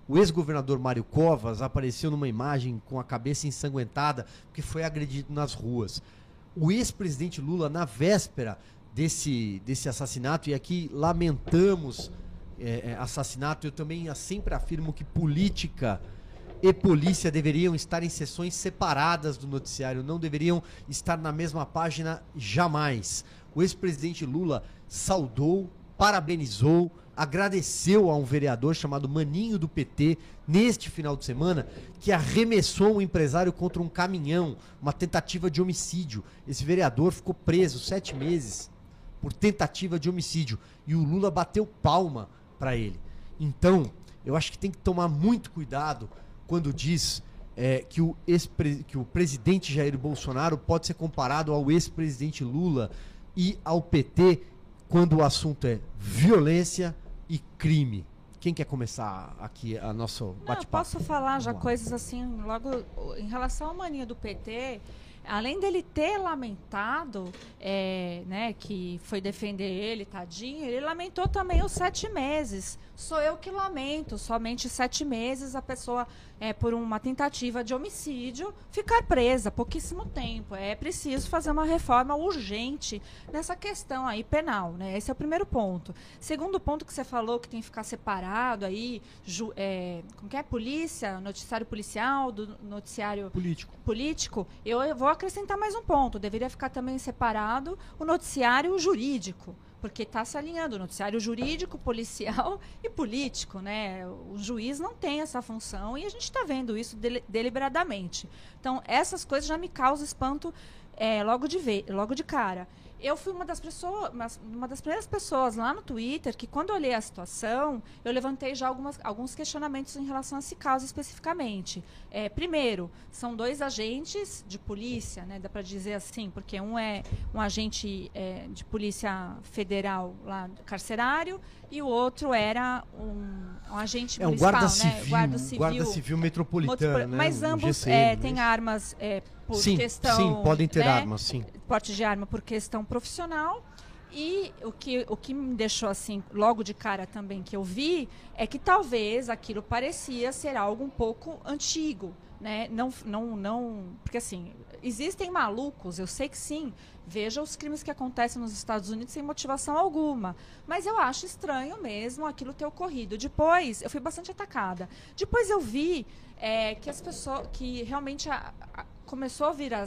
O ex-governador Mário Covas apareceu numa imagem com a cabeça ensanguentada porque foi agredido nas ruas. O ex-presidente Lula, na véspera desse assassinato, e aqui lamentamos assassinato, eu também sempre afirmo que política e polícia deveriam estar em sessões separadas do noticiário, não deveriam estar na mesma página jamais. O ex-presidente Lula saudou, parabenizou, agradeceu a um vereador chamado Maninho do PT neste final de semana, que arremessou um empresário contra um caminhão, uma tentativa de homicídio. Esse vereador ficou preso 7 meses por tentativa de homicídio e o Lula bateu palma para ele. Então, eu acho que tem que tomar muito cuidado quando diz que o presidente Jair Bolsonaro pode ser comparado ao ex-presidente Lula e ao PT quando o assunto é violência e crime. Quem quer começar aqui a nosso bate-papo? Posso falar já coisas assim, logo em relação ao Maninho do PT, além dele ter lamentado, né, que foi defender ele, tadinho, ele lamentou também os 7 meses. Sou eu que lamento, somente 7 meses a pessoa, por uma tentativa de homicídio, ficar presa, pouquíssimo tempo. É preciso fazer uma reforma urgente nessa questão aí penal, né? Esse é o primeiro ponto. Segundo ponto que você falou, que tem que ficar separado aí, como que é? Polícia, noticiário policial, do noticiário político. Eu vou acrescentar mais um ponto, deveria ficar também separado o noticiário jurídico, porque está se alinhando o noticiário jurídico, policial e político, né? O juiz não tem essa função e a gente está vendo isso deliberadamente. Então, essas coisas já me causam espanto logo de cara. Eu fui uma das primeiras pessoas lá no Twitter que, quando eu olhei a situação, eu levantei já alguns questionamentos em relação a esse caso especificamente. Primeiro, são 2 agentes de polícia, né, dá para dizer assim, porque um é um agente de polícia federal lá carcerário e o outro era um agente municipal, guarda civil metropolitano, né, mas ambos têm armas por questão... Sim, podem ter armas, sim. Porte de arma por questão profissional. E o que me deixou assim, logo de cara também que eu vi, é que talvez aquilo parecia ser algo um pouco antigo, né? Não, porque assim, existem malucos, eu sei que sim, veja os crimes que acontecem nos Estados Unidos sem motivação alguma, mas eu acho estranho mesmo aquilo ter ocorrido. Depois, eu fui bastante atacada. Depois eu vi que as pessoas, que realmente começou a vir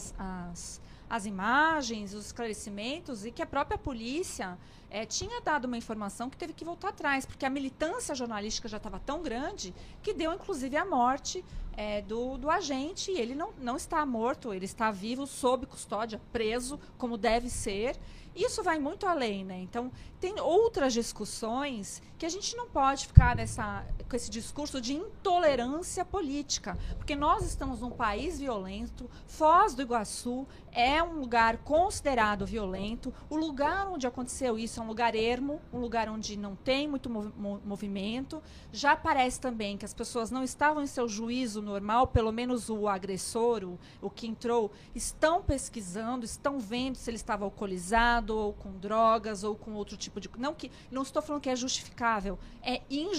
as imagens, os esclarecimentos, e que a própria polícia tinha dado uma informação que teve que voltar atrás, porque a militância jornalística já estava tão grande que deu, inclusive, a morte do agente. E ele não está morto, ele está vivo, sob custódia, preso, como deve ser. Isso vai muito além, né? Então, tem outras discussões que a gente não pode ficar com esse discurso de intolerância política, porque nós estamos num país violento. Foz do Iguaçu é um lugar considerado violento. O lugar onde aconteceu isso é um lugar ermo, um lugar onde não tem muito movimento. Já parece também que as pessoas não estavam em seu juízo normal, pelo menos o agressor, o que entrou, estão pesquisando, estão vendo se ele estava alcoolizado, ou com drogas, ou com outro tipo de... Não estou falando que é justificável, é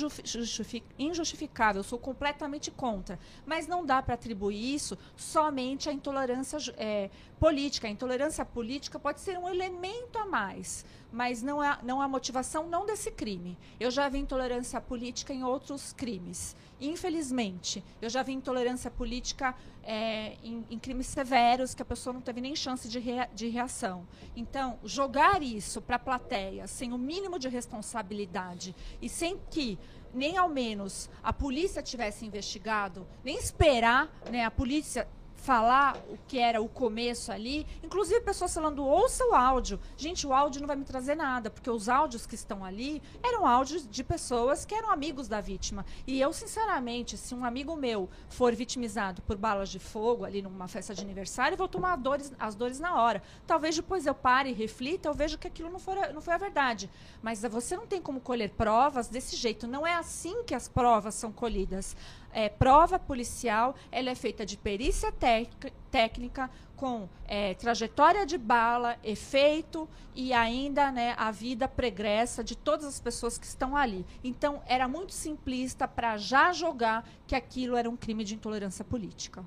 injustificável, eu sou completamente contra. Mas não dá para atribuir isso somente à intolerância política. A intolerância política pode ser um elemento a mais, mas não a motivação não desse crime. Eu já vi intolerância política em outros crimes. Infelizmente, eu já vi intolerância política em crimes severos que a pessoa não teve nem chance de reação. Então, jogar isso para a plateia sem o mínimo de responsabilidade e sem que nem ao menos a polícia tivesse investigado, nem esperar, né, a polícia falar o que era o começo ali, inclusive pessoas falando, ouça o áudio. Gente, o áudio não vai me trazer nada, porque os áudios que estão ali eram áudios de pessoas que eram amigos da vítima. E eu, sinceramente, se um amigo meu for vitimizado por balas de fogo ali numa festa de aniversário, eu vou tomar as dores na hora. Talvez depois eu pare e reflita, eu vejo que aquilo não foi a verdade. Mas você não tem como colher provas desse jeito. Não é assim que as provas são colhidas. Prova policial, ela é feita de perícia técnica, técnica com trajetória de bala, efeito e ainda, né, a vida pregressa de todas as pessoas que estão ali. Então, era muito simplista para já jogar que aquilo era um crime de intolerância política.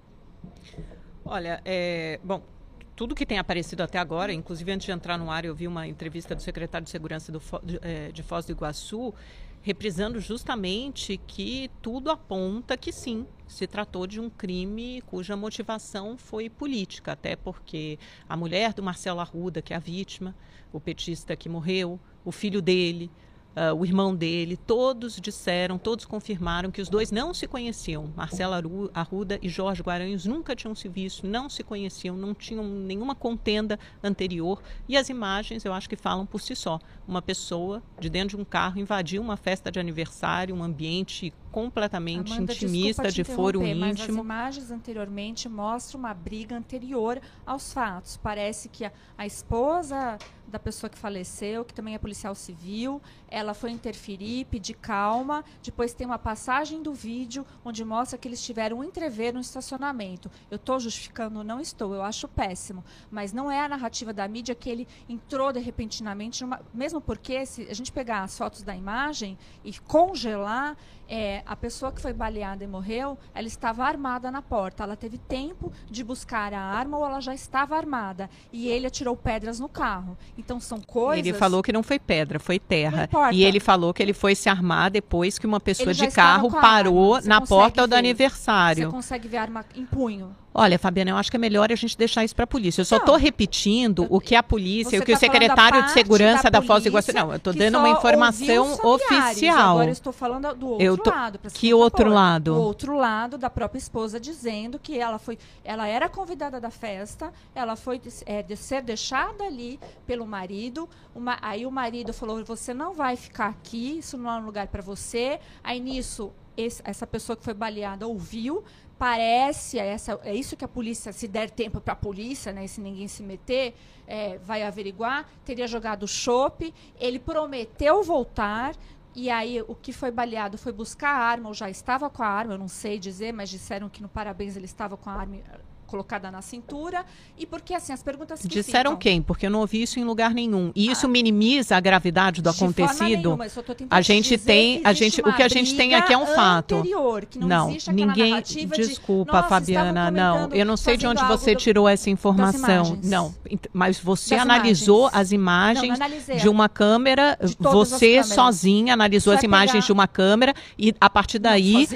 Olha, bom, tudo que tem aparecido até agora, inclusive antes de entrar no ar, eu vi uma entrevista do secretário de Segurança de Foz do Iguaçu, reprisando justamente que tudo aponta que sim, se tratou de um crime cuja motivação foi política, até porque a mulher do Marcelo Arruda, que é a vítima, o petista que morreu, o filho dele, o irmão dele, todos confirmaram que os dois não se conheciam. Marcelo Arruda e Jorge Guaranhos nunca tinham se visto, não se conheciam, não tinham nenhuma contenda anterior. E as imagens, eu acho que falam por si só. Uma pessoa de dentro de um carro invadiu uma festa de aniversário, um ambiente completamente intimista, de foro íntimo. Mas as imagens anteriormente mostram uma briga anterior aos fatos. Parece que a esposa da pessoa que faleceu, que também é policial civil, ela foi interferir, pedir calma. Depois tem uma passagem do vídeo onde mostra que eles tiveram um entrever no estacionamento. Eu estou justificando? Não estou, eu acho péssimo. Mas não é a narrativa da mídia que ele entrou repentinamente, mesmo porque se a gente pegar as fotos da imagem e congelar, a pessoa que foi baleada e morreu, ela estava armada na porta. Ela teve tempo de buscar a arma ou ela já estava armada. E ele atirou pedras no carro. Então são coisas... Ele falou que não foi pedra, foi terra. E ele falou que ele foi se armar depois que uma pessoa de carro parou na porta do aniversário. Você consegue ver a arma em punho. Olha, Fabiana, eu acho que é melhor a gente deixar isso para a polícia. Eu só estou repetindo o que a polícia, o que o secretário de Segurança da Foz do Iguaçu... Não, eu estou dando uma informação oficial. Agora eu estou falando do outro lado. Que outro lado? O outro lado da própria esposa dizendo que ela era convidada da festa, ela foi ser deixada ali pelo marido. Aí o marido falou, você não vai ficar aqui, isso não é um lugar para você. Aí nisso, essa pessoa que foi baleada ouviu. Parece, é isso que a polícia, se der tempo para a polícia, né, se ninguém se meter, vai averiguar, teria jogado chope, ele prometeu voltar, e aí o que foi baleado foi buscar a arma, ou já estava com a arma, eu não sei dizer, mas disseram que no parabéns ele estava com a arma colocada na cintura, e porque assim, as perguntas que disseram ficam... quem? Porque eu não ouvi isso em lugar nenhum. E isso minimiza a gravidade do acontecido? Nenhuma, eu só tô tentando o que a gente tem aqui é um fato. Anterior, que não existe ninguém, desculpa, Fabiana, não. Eu não sei de onde você tirou essa informação. Não, mas você analisou as imagens de uma câmera, você sozinha analisou as imagens de uma câmera e a partir daí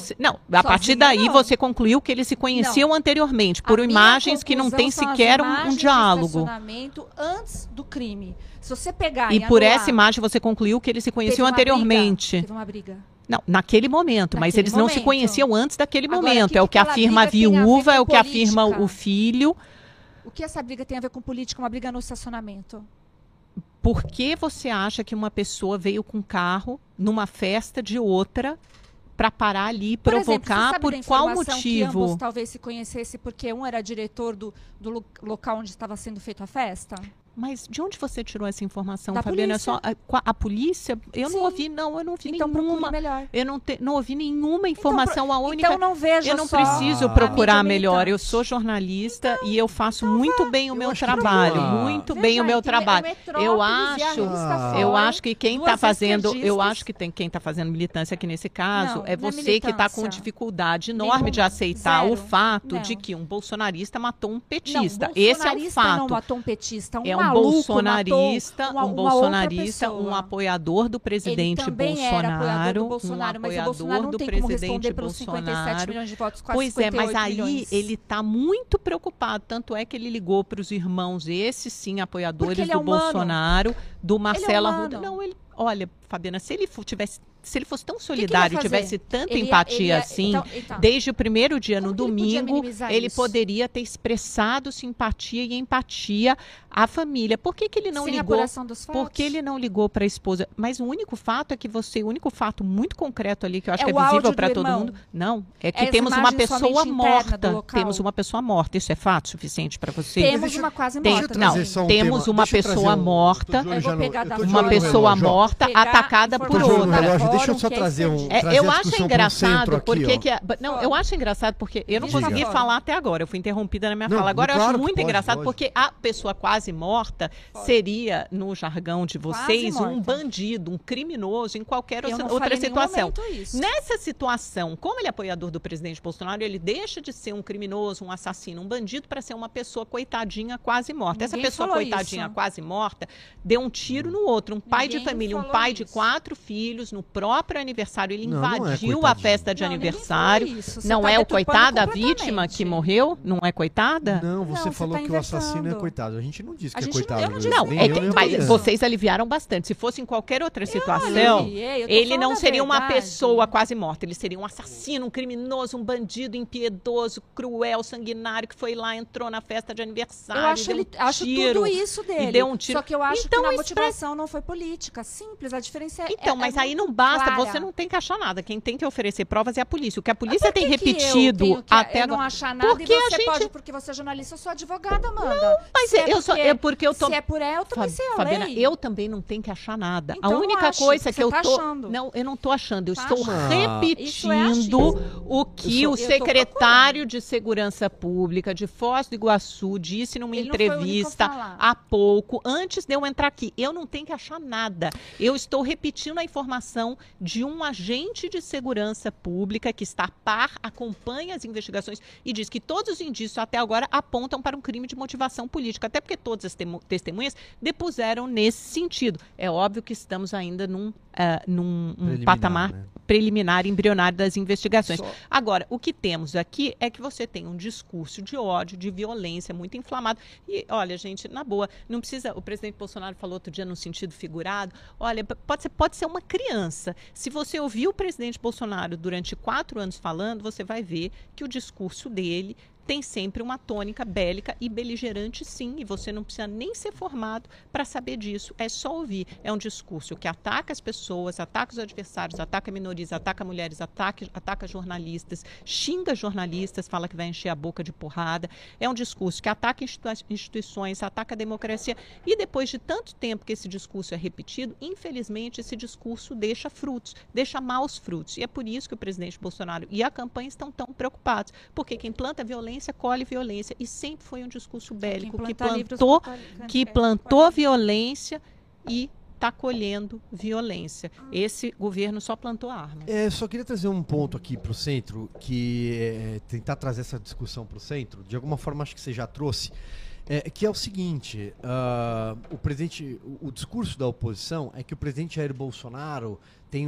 você concluiu que eles se conheciam anteriormente. Por imagens que não tem sequer um diálogo. Antes do crime. Se você pegar e por essa imagem você concluiu que eles se conheciam anteriormente. Teve uma briga. Não, naquele momento, mas eles não se conheciam antes daquele momento. É o que afirma a viúva, é o que afirma o filho. O que essa briga tem a ver com política? Uma briga no estacionamento. Por que você acha que uma pessoa veio com carro numa festa de outra para parar ali e provocar? Por qual motivo? Que ambos talvez se conhecesse porque um era diretor do local onde estava sendo feita a festa? Mas de onde você tirou essa informação, da Fabiana? Polícia. A polícia? Eu não ouvi, eu não ouvi nenhuma. Melhor. Eu não ouvi nenhuma informação. A única. Então não veja. Eu não preciso procurar melhor. Eu sou jornalista e eu faço muito bem o meu trabalho. Muito bem o meu trabalho. Eu acho que quem está fazendo, quem está fazendo militância aqui nesse caso é você que está com dificuldade enorme de aceitar o fato de que um bolsonarista matou um petista. Esse é um fato. Não matou um petista, um bolsonarista, um apoiador do presidente Bolsonaro, mas o Bolsonaro não tem como responder pelos 57 milhões de votos, quase Pois 58 mas aí milhões. ele está muito preocupado, tanto é que ele ligou para os irmãos, esses sim, apoiadores do Bolsonaro, do Marcelo Arruda. Não, olha, Fabiana, se ele fosse tão solidário, tivesse tanta empatia assim, desde o primeiro dia, no domingo, ele poderia ter expressado simpatia e empatia a família. Por que ele não Sem ligou? apuração dos fatos? Porque ele não ligou para a esposa. Mas o único fato é que o único fato muito concreto ali, que eu acho que é visível para todo mundo, não, é que temos uma pessoa morta. Temos uma pessoa morta. Isso é fato suficiente para você? Temos uma quase morta. Não, temos uma pessoa morta, uma pessoa morta atacada por outra. Deixa eu só trazer eu acho engraçado porque eu acho engraçado porque eu não consegui falar até agora. Eu fui interrompida na minha fala. Agora eu acho muito engraçado porque a pessoa quase morta seria, no jargão de vocês, um bandido, um criminoso em qualquer outra situação. Nessa situação, como ele é apoiador do presidente Bolsonaro, ele deixa de ser um criminoso, um assassino, um bandido para ser uma pessoa coitadinha quase morta. Essa pessoa coitadinha quase morta deu um tiro no outro. Um pai de família, um pai de 4 filhos, no próprio aniversário, ele invadiu a festa de aniversário. Não é o coitado, a vítima que morreu? Não é coitada? Não, você falou que o assassino é coitado. A gente não disse que é coitado. Mas vocês aliviaram bastante. Se fosse em qualquer outra situação, ele não seria uma pessoa quase morta. Ele seria um assassino, um criminoso, um bandido impiedoso, cruel, sanguinário, que foi lá, entrou na festa de aniversário, acho tudo isso dele. E deu um tiro. Só que eu acho que a motivação não foi política. Simples, a diferença é Então, mas aí não basta, clara. Você não tem que achar nada. Quem tem que oferecer provas é a polícia. O que a polícia tem repetido até agora. Não achar nada porque e você pode, porque você é jornalista, eu sou advogada, Amanda. Não, mas porque eu tô... Se é por eu também sei a Fabiana, lei. eu também não tenho que achar nada. Então, a única coisa que eu tô... Achando. Não, eu não tô achando. Eu estou repetindo o que o secretário de Segurança Pública de Foz do Iguaçu disse numa entrevista há pouco, antes de eu entrar aqui. Eu não tenho que achar nada. Eu estou repetindo a informação de um agente de segurança pública que está a par, acompanha as investigações e diz que todos os indícios até agora apontam para um crime de motivação política, até porque todas as testemunhas depuseram nesse sentido. É óbvio que estamos ainda num patamar preliminar, embrionário das investigações. Agora, o que temos aqui é que você tem um discurso de ódio, de violência muito inflamado. E, olha, gente, na boa, não precisa... O presidente Bolsonaro falou outro dia num sentido figurado. Olha, pode ser uma criança. Se você ouvir o presidente Bolsonaro durante 4 anos falando, você vai ver que o discurso dele tem sempre uma tônica bélica e beligerante, sim, e você não precisa nem ser formado para saber disso, é só ouvir. É um discurso que ataca as pessoas, ataca os adversários, ataca minorias, ataca mulheres, ataca jornalistas, xinga jornalistas, fala que vai encher a boca de porrada. É um discurso que ataca instituições, ataca a democracia, e depois de tanto tempo que esse discurso é repetido, infelizmente esse discurso deixa frutos, deixa maus frutos, e é por isso que o presidente Bolsonaro e a campanha estão tão preocupados, porque quem planta violência colhe violência, e sempre foi um discurso bélico que plantou violência e está colhendo violência. Esse governo só plantou armas. Só queria trazer um ponto aqui para o centro, tentar trazer essa discussão para o centro, de alguma forma acho que você já trouxe, que é o seguinte, o discurso da oposição é que o presidente Jair Bolsonaro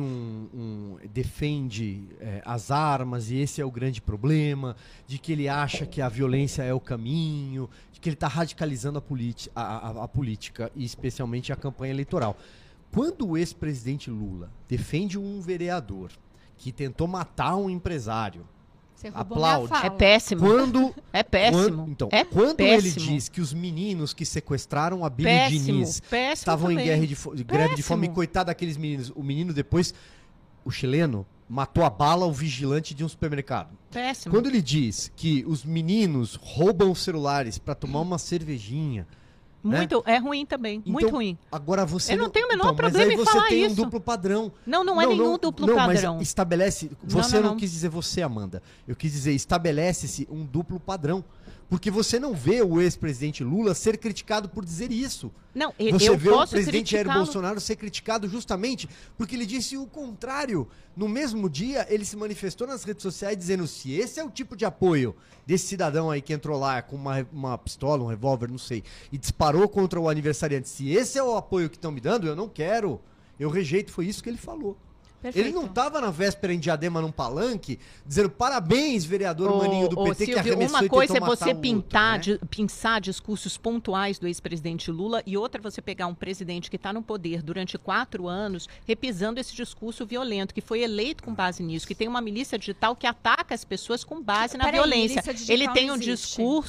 defende as armas e esse é o grande problema, de que ele acha que a violência é o caminho, de que ele está radicalizando a política e especialmente a campanha eleitoral. Quando o ex-presidente Lula defende um vereador que tentou matar um empresário, aplaude. É péssimo. Quando ele diz que os meninos que sequestraram a Billie Diniz estavam em greve de fome, coitado daqueles meninos. O menino depois, o chileno, matou a bala o vigilante de um supermercado. Péssimo. Quando ele diz que os meninos roubam os celulares para tomar uma cervejinha, é ruim também, então, muito ruim. Agora você eu não tenho o menor problema em falar isso. Mas aí você tem um duplo padrão. Não é nenhum duplo padrão. Mas estabelece... Você não quis dizer você, Amanda. Eu quis dizer, estabelece-se um duplo padrão. Porque você não vê o ex-presidente Lula ser criticado por dizer isso. Não, você vê o presidente Jair Bolsonaro ser criticado justamente porque ele disse o contrário. No mesmo dia, ele se manifestou nas redes sociais dizendo: se esse é o tipo de apoio desse cidadão aí que entrou lá com uma pistola, um revólver, não sei, e disparou contra o aniversariante, se esse é o apoio que estão me dando, eu não quero, eu rejeito. Foi isso que ele falou. Perfeito. Ele não estava na véspera em Diadema num palanque dizendo parabéns, vereador Maninho do PT, Silvio, que arremessou uma coisa é você pensar discursos pontuais do ex-presidente Lula e outra você pegar um presidente que está no poder durante 4 anos repisando esse discurso violento, que foi eleito com base nisso, que tem uma milícia digital que ataca as pessoas com base na violência. Ele tem um discurso...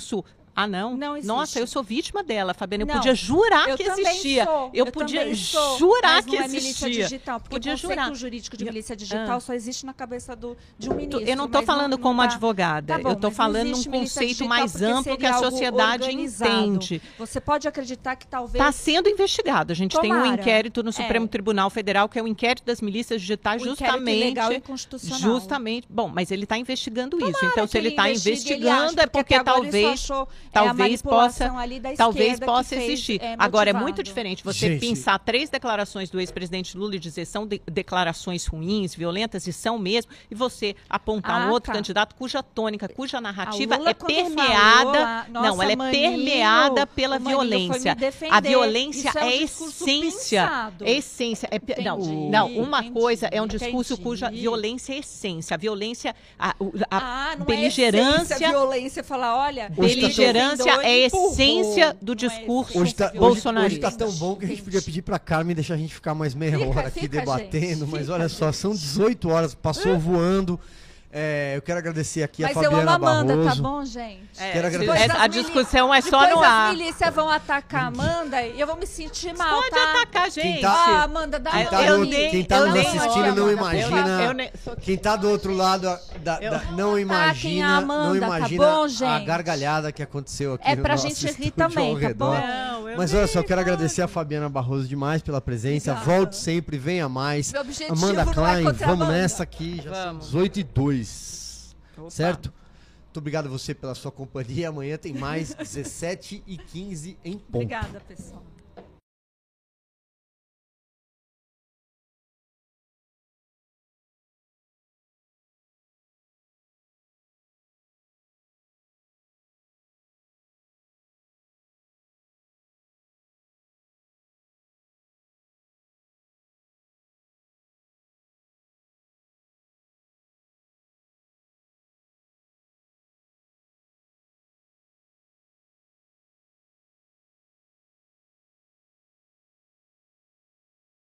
Ah, não? Não existe. Nossa, eu sou vítima dela, Fabiana. Eu Não, podia jurar eu que também existia. sou, Eu podia também sou, jurar mas que não é milícia existia. digital, porque Podia o conceito jurar. jurídico de milícia digital só existe na cabeça de um ministro. Eu não estou mas falando como tá- advogada. Tá bom, eu estou mas não falando num existe milícia conceito digital mais porque amplo que seria a algo sociedade organizado. entende. Você pode acreditar que talvez... Está sendo investigado. A gente tem um Tomara. inquérito no Supremo Tribunal Federal, que é o inquérito das milícias digitais, O inquérito justamente. ilegal e inconstitucional. Justamente. Bom, mas ele está investigando isso. Tomara Então, se que ele está investigue, investigando, ele é acha, porque até agora ele só achou, talvez possa. ali da Talvez esquerda possa que fez, existir. Agora, é muito motivado. diferente você Gente. pensar 3 declarações do ex-presidente Lula e dizer são declarações ruins, violentas, e são mesmo, e você apontar um outro candidato cuja tônica, cuja narrativa Lula, é quando permeada. falou lá, não, nossa, ela é Manilo, permeada pela o Manilo foi me violência. defender. A violência Isso é um é discurso essência. pensado. É essência. Entendi, Não, uma entendi, coisa é um discurso entendi. cuja violência é essência. A violência, a Não beligerância. é essência, violência, falar, olha... Beligerância ele é empurrou. essência do Não é discurso Hoje tá, bolsonarista. hoje tá tão bom que a gente podia pedir pra Carmen deixar a gente ficar mais meia hora aqui fica, debatendo, gente, mas fica, olha só, gente. são 18 horas, passou voando. Eu quero agradecer aqui Mas a eu amo Fabiana a Amanda, Barroso. tá bom, gente? Quero agradecer. Depois A as discussão é só Depois no ar. as milícias vão atacar a Amanda e eu vou me sentir mal, Pode tá? atacar a gente. Ah, Amanda, dá Quem uma tá, olhada do, aqui. quem tá eu nos nem- assistindo não Amanda, imagina. eu nem- Quem tá do outro lado não imagina, a Amanda, não tá imagina bom, a gente? gargalhada que aconteceu aqui É no pra nosso gente rir estúdio também, ao tá redor. bom? Não, eu Mas nem- olha só, eu quero agradecer a Fabiana Barroso demais pela presença. Obrigada. Volte sempre, venha mais. Meu objetivo Amanda não é Klein, contra a vamos Amanda. nessa aqui, já são Vamos. 18h02. Opa. Certo? Muito obrigado a você pela sua companhia. Amanhã tem mais 17h15 em ponto. Obrigada, pessoal.